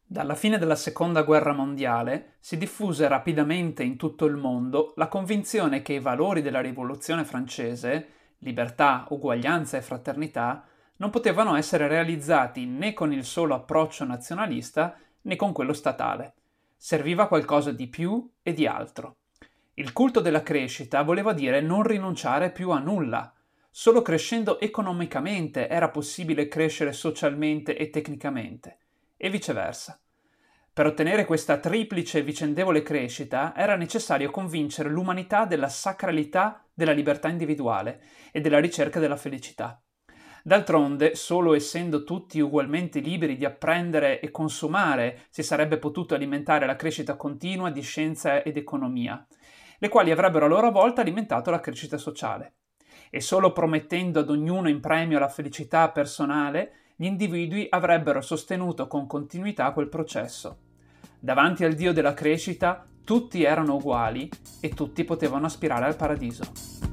Dalla fine della Seconda Guerra Mondiale si diffuse rapidamente in tutto il mondo la convinzione che i valori della Rivoluzione francese, libertà, uguaglianza e fraternità, non potevano essere realizzati né con il solo approccio nazionalista né con quello statale. Serviva qualcosa di più e di altro. Il culto della crescita voleva dire non rinunciare più a nulla. Solo crescendo economicamente era possibile crescere socialmente e tecnicamente, e viceversa. Per ottenere questa triplice e vicendevole crescita era necessario convincere l'umanità della sacralità della libertà individuale e della ricerca della felicità. D'altronde, solo essendo tutti ugualmente liberi di apprendere e consumare, si sarebbe potuto alimentare la crescita continua di scienza ed economia, le quali avrebbero a loro volta alimentato la crescita sociale. E solo promettendo ad ognuno in premio la felicità personale, gli individui avrebbero sostenuto con continuità quel processo. Davanti al Dio della crescita, tutti erano uguali e tutti potevano aspirare al paradiso.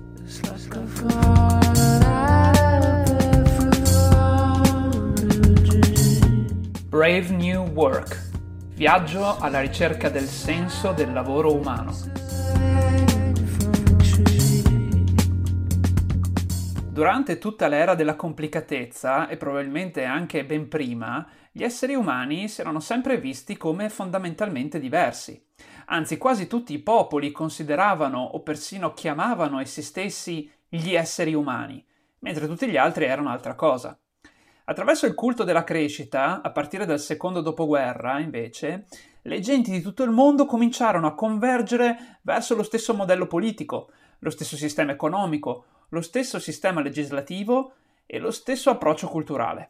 Brave New Work. Viaggio alla ricerca del senso del lavoro umano. Durante tutta l'era della complicatezza, e probabilmente anche ben prima, gli esseri umani si erano sempre visti come fondamentalmente diversi. Anzi, quasi tutti i popoli consideravano o persino chiamavano essi stessi gli esseri umani, mentre tutti gli altri erano altra cosa. Attraverso il culto della crescita, a partire dal secondo dopoguerra, invece, le genti di tutto il mondo cominciarono a convergere verso lo stesso modello politico, lo stesso sistema economico, lo stesso sistema legislativo e lo stesso approccio culturale.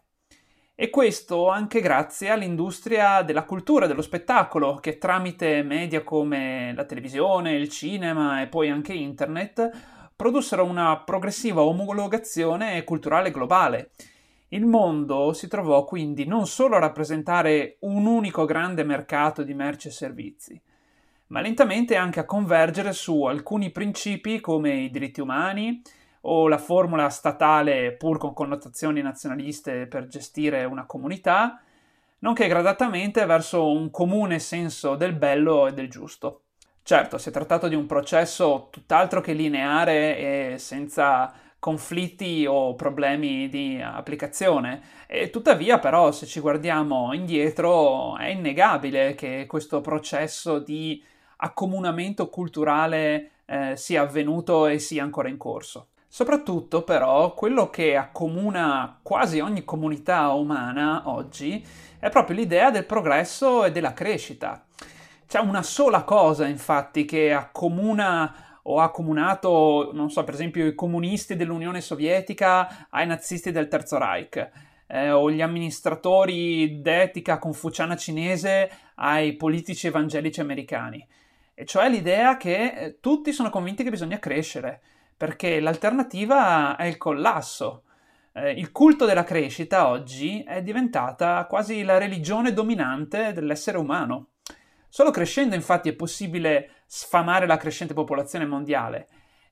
E questo anche grazie all'industria della cultura, dello spettacolo, che tramite media come la televisione, il cinema e poi anche internet produssero una progressiva omologazione culturale globale. Il mondo si trovò quindi non solo a rappresentare un unico grande mercato di merci e servizi, ma lentamente anche a convergere su alcuni principi come i diritti umani o la formula statale pur con connotazioni nazionaliste per gestire una comunità, nonché gradatamente verso un comune senso del bello e del giusto. Certo, si è trattato di un processo tutt'altro che lineare e senza conflitti o problemi di applicazione, e tuttavia però se ci guardiamo indietro è innegabile che questo processo di accomunamento culturale sia avvenuto e sia ancora in corso. Soprattutto però quello che accomuna quasi ogni comunità umana oggi è proprio l'idea del progresso e della crescita. C'è una sola cosa infatti che accomuna o ha accomunato, non so, per esempio i comunisti dell'Unione Sovietica ai nazisti del Terzo Reich, o gli amministratori d'etica confuciana cinese ai politici evangelici americani, e cioè l'idea che tutti sono convinti che bisogna crescere, perché l'alternativa è il collasso. Il culto della crescita oggi è diventata quasi la religione dominante dell'essere umano. Solo crescendo infatti è possibile sfamare la crescente popolazione mondiale,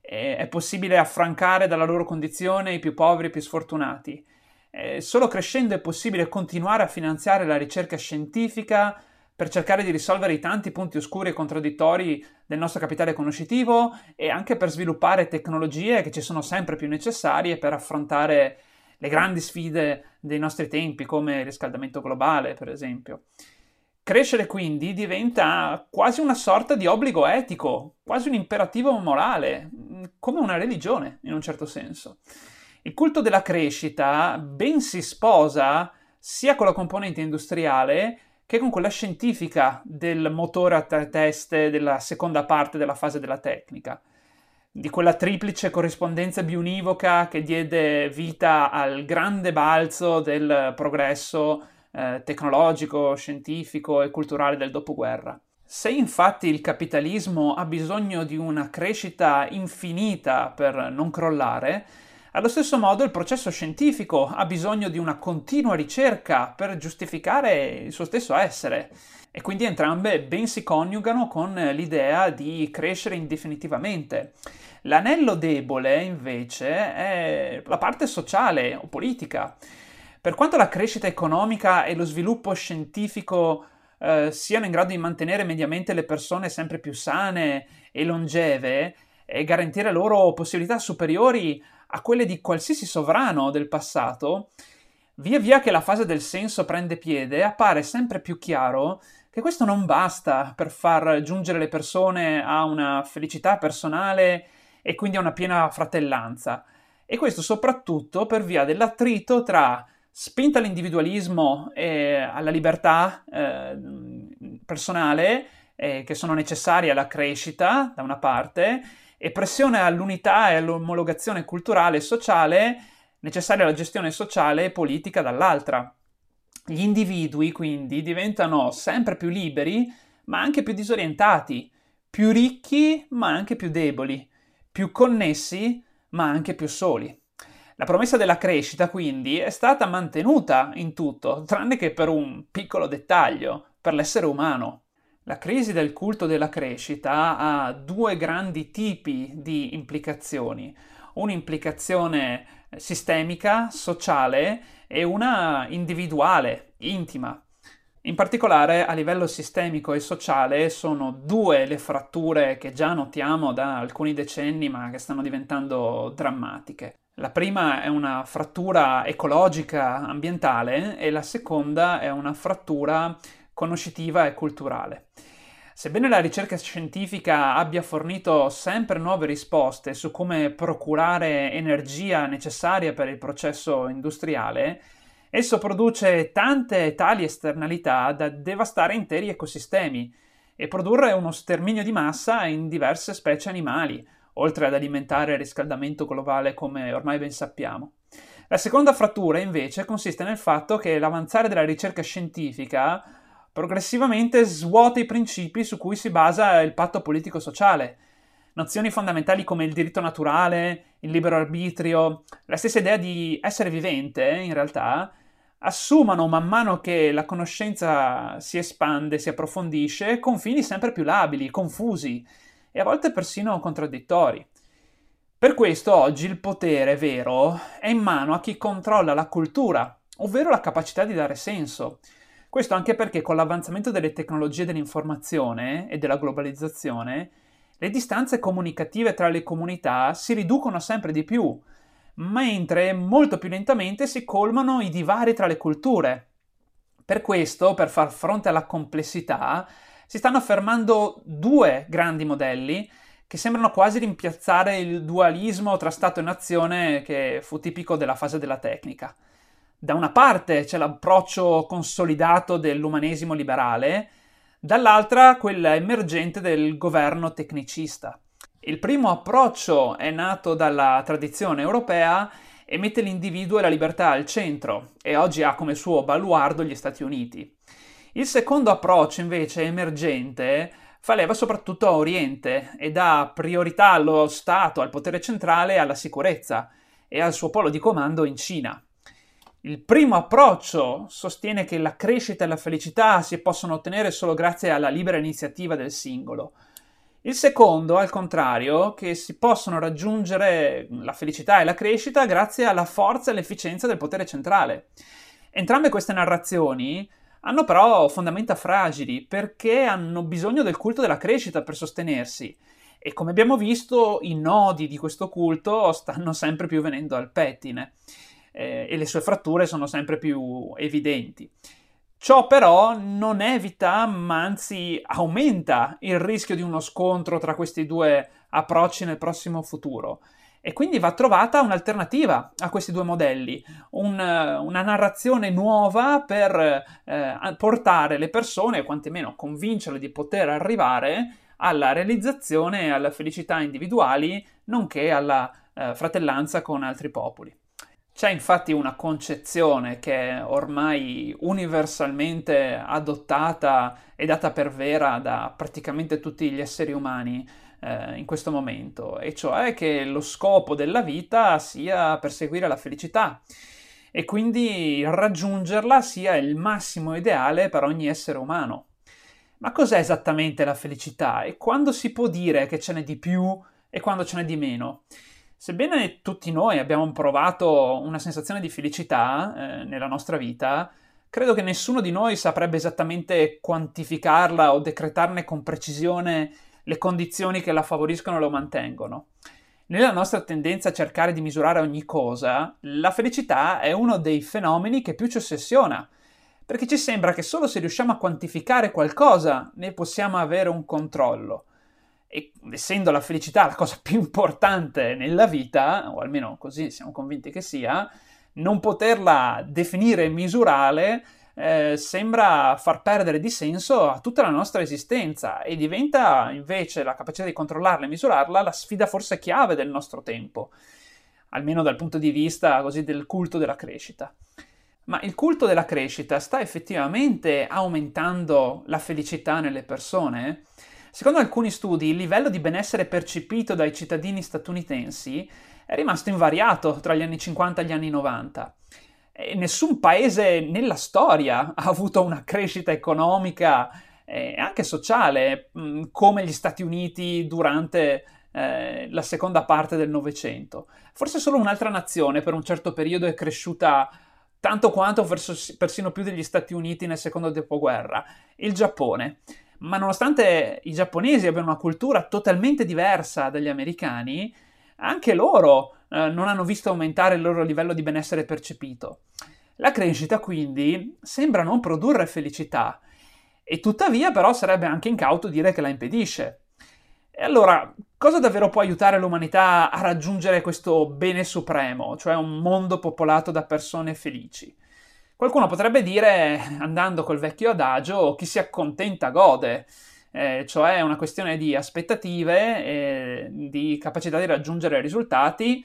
è possibile affrancare dalla loro condizione i più poveri e i più sfortunati. Solo crescendo è possibile continuare a finanziare la ricerca scientifica per cercare di risolvere i tanti punti oscuri e contraddittori del nostro capitale conoscitivo e anche per sviluppare tecnologie che ci sono sempre più necessarie per affrontare le grandi sfide dei nostri tempi, come il riscaldamento globale, per esempio. Crescere quindi diventa quasi una sorta di obbligo etico, quasi un imperativo morale, come una religione in un certo senso. Il culto della crescita ben si sposa sia con la componente industriale che con quella scientifica del motore a tre teste della seconda parte della fase della tecnica, di quella triplice corrispondenza biunivoca che diede vita al grande balzo del progresso tecnologico, scientifico e culturale del dopoguerra. Se infatti il capitalismo ha bisogno di una crescita infinita per non crollare, allo stesso modo il processo scientifico ha bisogno di una continua ricerca per giustificare il suo stesso essere, e quindi entrambe ben si coniugano con l'idea di crescere indefinitivamente. L'anello debole, invece, è la parte sociale o politica. Per quanto la crescita economica e lo sviluppo scientifico siano in grado di mantenere mediamente le persone sempre più sane e longeve e garantire loro possibilità superiori a quelle di qualsiasi sovrano del passato, via via che la fase del senso prende piede, appare sempre più chiaro che questo non basta per far giungere le persone a una felicità personale e quindi a una piena fratellanza. E questo soprattutto per via dell'attrito tra spinta all'individualismo e alla libertà personale, che sono necessarie alla crescita, da una parte, e pressione all'unità e all'omologazione culturale e sociale, necessaria alla gestione sociale e politica, dall'altra. Gli individui, quindi, diventano sempre più liberi, ma anche più disorientati, più ricchi, ma anche più deboli, più connessi, ma anche più soli. La promessa della crescita, quindi, è stata mantenuta in tutto, tranne che per un piccolo dettaglio, per l'essere umano. La crisi del culto della crescita ha due grandi tipi di implicazioni: un'implicazione sistemica, sociale, e una individuale, intima. In particolare, a livello sistemico e sociale, sono due le fratture che già notiamo da alcuni decenni, ma che stanno diventando drammatiche. La prima è una frattura ecologica ambientale e la seconda è una frattura conoscitiva e culturale. Sebbene la ricerca scientifica abbia fornito sempre nuove risposte su come procurare energia necessaria per il processo industriale, esso produce tante tali esternalità da devastare interi ecosistemi e produrre uno sterminio di massa in diverse specie animali, oltre ad alimentare il riscaldamento globale come ormai ben sappiamo. La seconda frattura, invece, consiste nel fatto che l'avanzare della ricerca scientifica progressivamente svuota i principi su cui si basa il patto politico-sociale. Nozioni fondamentali come il diritto naturale, il libero arbitrio, la stessa idea di essere vivente, in realtà, assumono man mano che la conoscenza si espande, si approfondisce, confini sempre più labili, confusi e a volte persino contraddittori. Per questo oggi il potere vero è in mano a chi controlla la cultura, ovvero la capacità di dare senso. Questo anche perché con l'avanzamento delle tecnologie dell'informazione e della globalizzazione, le distanze comunicative tra le comunità si riducono sempre di più, mentre molto più lentamente si colmano i divari tra le culture. Per questo, per far fronte alla complessità, si stanno affermando due grandi modelli che sembrano quasi rimpiazzare il dualismo tra Stato e nazione che fu tipico della fase della tecnica. Da una parte c'è l'approccio consolidato dell'umanesimo liberale, dall'altra quella emergente del governo tecnicista. Il primo approccio è nato dalla tradizione europea e mette l'individuo e la libertà al centro, e oggi ha come suo baluardo gli Stati Uniti. Il secondo approccio, invece, emergente, fa leva soprattutto a Oriente e dà priorità allo Stato, al potere centrale e alla sicurezza, e al suo polo di comando in Cina. Il primo approccio sostiene che la crescita e la felicità si possono ottenere solo grazie alla libera iniziativa del singolo. Il secondo, al contrario, che si possono raggiungere la felicità e la crescita grazie alla forza e all'efficienza del potere centrale. Entrambe queste narrazioni hanno però fondamenta fragili perché hanno bisogno del culto della crescita per sostenersi e, come abbiamo visto, i nodi di questo culto stanno sempre più venendo al pettine e le sue fratture sono sempre più evidenti. Ciò però non evita, ma anzi aumenta il rischio di uno scontro tra questi due approcci nel prossimo futuro. E quindi va trovata un'alternativa a questi due modelli, una narrazione nuova per portare le persone, o quantomeno convincerle di poter arrivare alla realizzazione e alla felicità individuali, nonché alla fratellanza con altri popoli. C'è infatti una concezione che è ormai universalmente adottata e data per vera da praticamente tutti gli esseri umani in questo momento, e cioè che lo scopo della vita sia perseguire la felicità e quindi raggiungerla sia il massimo ideale per ogni essere umano. Ma cos'è esattamente la felicità e quando si può dire che ce n'è di più e quando ce n'è di meno? Sebbene tutti noi abbiamo provato una sensazione di felicità nella nostra vita, Credo che nessuno di noi saprebbe esattamente quantificarla o decretarne con precisione le condizioni che la favoriscono o lo mantengono. Nella nostra tendenza a cercare di misurare ogni cosa, la felicità è uno dei fenomeni che più ci ossessiona, perché ci sembra che solo se riusciamo a quantificare qualcosa ne possiamo avere un controllo. E essendo la felicità la cosa più importante nella vita, o almeno così siamo convinti che sia, non poterla definire e misurare sembra far perdere di senso a tutta la nostra esistenza e diventa invece la capacità di controllarla e misurarla la sfida forse chiave del nostro tempo, almeno dal punto di vista così del culto della crescita. Ma il culto della crescita sta effettivamente aumentando la felicità nelle persone? Secondo alcuni studi, il livello di benessere percepito dai cittadini statunitensi è rimasto invariato tra gli anni 50 e gli anni 90. E nessun paese nella storia ha avuto una crescita economica e anche sociale come gli Stati Uniti durante la seconda parte del Novecento. Forse solo un'altra nazione per un certo periodo è cresciuta tanto quanto, forse persino più degli Stati Uniti nel secondo dopoguerra, il Giappone. Ma nonostante i giapponesi abbiano una cultura totalmente diversa dagli americani, anche loro non hanno visto aumentare il loro livello di benessere percepito. La crescita quindi sembra non produrre felicità e tuttavia però sarebbe anche incauto dire che la impedisce. E allora, cosa davvero può aiutare l'umanità a raggiungere questo bene supremo, cioè un mondo popolato da persone felici? Qualcuno potrebbe dire, andando col vecchio adagio, chi si accontenta gode, cioè è una questione di aspettative, di capacità di raggiungere risultati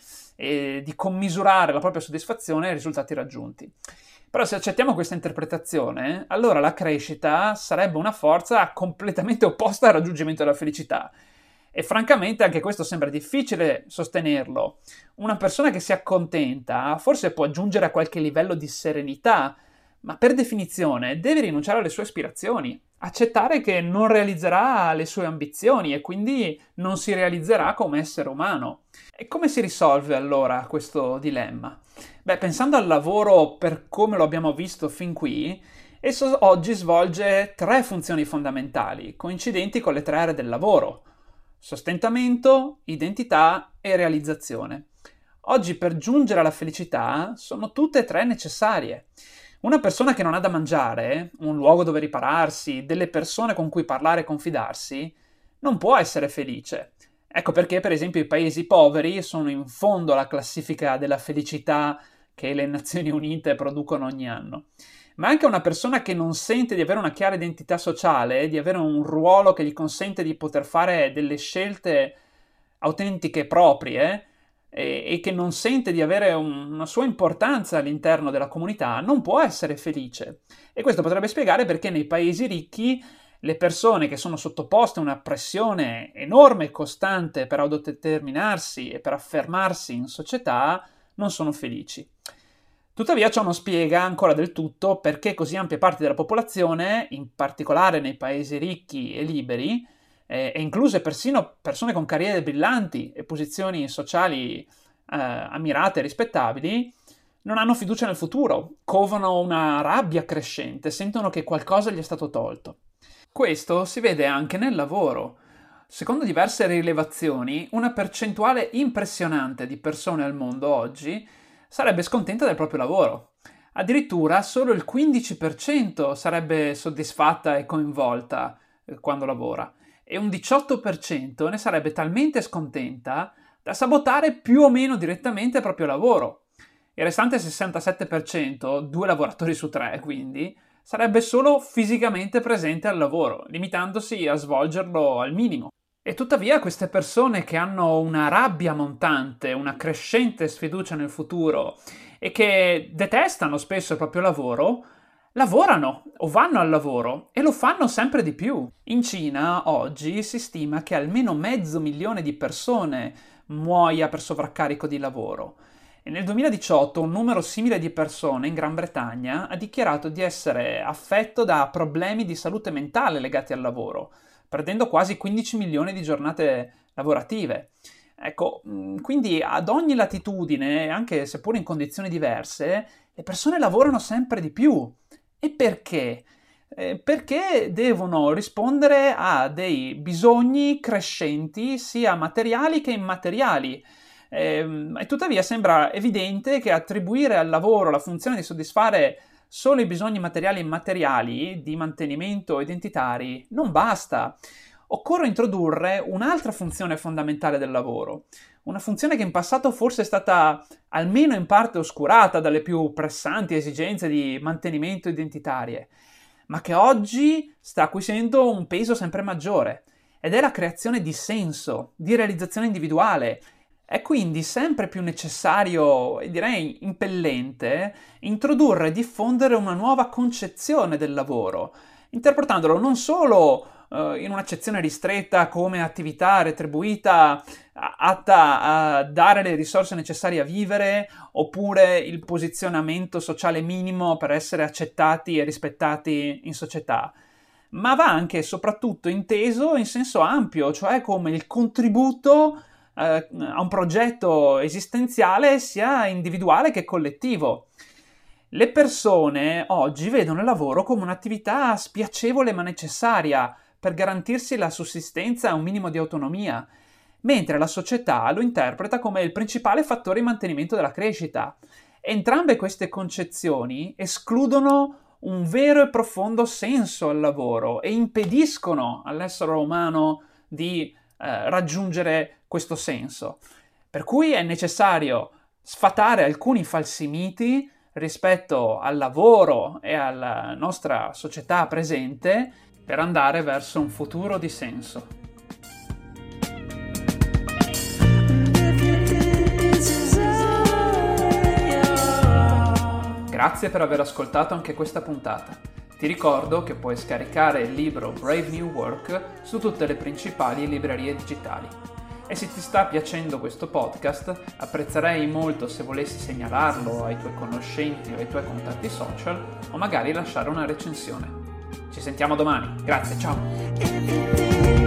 e di commisurare la propria soddisfazione ai risultati raggiunti. Però se accettiamo questa interpretazione, allora la crescita sarebbe una forza completamente opposta al raggiungimento della felicità. E francamente anche questo sembra difficile sostenerlo. Una persona che si accontenta forse può giungere a qualche livello di serenità, ma per definizione deve rinunciare alle sue aspirazioni, accettare che non realizzerà le sue ambizioni e quindi non si realizzerà come essere umano. E come si risolve allora questo dilemma? Beh, pensando al lavoro per come lo abbiamo visto fin qui, esso oggi svolge tre funzioni fondamentali, coincidenti con le tre aree del lavoro: sostentamento, identità e realizzazione. Oggi per giungere alla felicità sono tutte e tre necessarie. Una persona che non ha da mangiare, un luogo dove ripararsi, delle persone con cui parlare e confidarsi, non può essere felice. Ecco perché, per esempio, i paesi poveri sono in fondo alla classifica della felicità che le Nazioni Unite producono ogni anno. Ma anche una persona che non sente di avere una chiara identità sociale, di avere un ruolo che gli consente di poter fare delle scelte autentiche proprie e che non sente di avere una sua importanza all'interno della comunità, non può essere felice. E questo potrebbe spiegare perché nei paesi ricchi le persone che sono sottoposte a una pressione enorme e costante per autodeterminarsi e per affermarsi in società non sono felici. Tuttavia ciò non spiega ancora del tutto perché così ampie parti della popolazione, in particolare nei paesi ricchi e liberi, e incluse persino persone con carriere brillanti e posizioni sociali ammirate e rispettabili, non hanno fiducia nel futuro, covano una rabbia crescente, sentono che qualcosa gli è stato tolto. Questo si vede anche nel lavoro. Secondo diverse rilevazioni, una percentuale impressionante di persone al mondo oggi sarebbe scontenta del proprio lavoro. Addirittura solo il 15% sarebbe soddisfatta e coinvolta quando lavora e un 18% ne sarebbe talmente scontenta da sabotare più o meno direttamente il proprio lavoro. Il restante 67%, 2 lavoratori su 3 quindi, sarebbe solo fisicamente presente al lavoro, limitandosi a svolgerlo al minimo. E tuttavia queste persone che hanno una rabbia montante, una crescente sfiducia nel futuro e che detestano spesso il proprio lavoro, lavorano o vanno al lavoro e lo fanno sempre di più. In Cina oggi si stima che almeno 500.000 di persone muoia per sovraccarico di lavoro. E nel 2018 un numero simile di persone in Gran Bretagna ha dichiarato di essere affetto da problemi di salute mentale legati al lavoro, perdendo quasi 15 milioni di giornate lavorative. Ecco, quindi ad ogni latitudine, anche seppur in condizioni diverse, le persone lavorano sempre di più E perché? Perché devono rispondere a dei bisogni crescenti sia materiali che immateriali. E tuttavia sembra evidente che attribuire al lavoro la funzione di soddisfare solo i bisogni materiali e immateriali di mantenimento identitari non basta. Occorre introdurre un'altra funzione fondamentale del lavoro, una funzione che in passato forse è stata almeno in parte oscurata dalle più pressanti esigenze di mantenimento identitarie, ma che oggi sta acquisendo un peso sempre maggiore, ed è la creazione di senso, di realizzazione individuale. È quindi sempre più necessario, e direi impellente, introdurre e diffondere una nuova concezione del lavoro, interpretandolo non solo in un'accezione ristretta come attività retribuita atta a dare le risorse necessarie a vivere, oppure il posizionamento sociale minimo per essere accettati e rispettati in società, ma va anche e soprattutto inteso in senso ampio, cioè come il contributo a un progetto esistenziale sia individuale che collettivo. Le persone oggi vedono il lavoro come un'attività spiacevole ma necessaria per garantirsi la sussistenza e un minimo di autonomia, mentre la società lo interpreta come il principale fattore di mantenimento della crescita. Entrambe queste concezioni escludono un vero e profondo senso al lavoro e impediscono all'essere umano di raggiungere questo senso. Per cui è necessario sfatare alcuni falsi miti rispetto al lavoro e alla nostra società presente per andare verso un futuro di senso. Grazie per aver ascoltato anche questa puntata. Ti ricordo che puoi scaricare il libro Brave New Work su tutte le principali librerie digitali. E se ti sta piacendo questo podcast, apprezzerei molto se volessi segnalarlo ai tuoi conoscenti o ai tuoi contatti social o magari lasciare una recensione. Ci sentiamo domani. Grazie, ciao!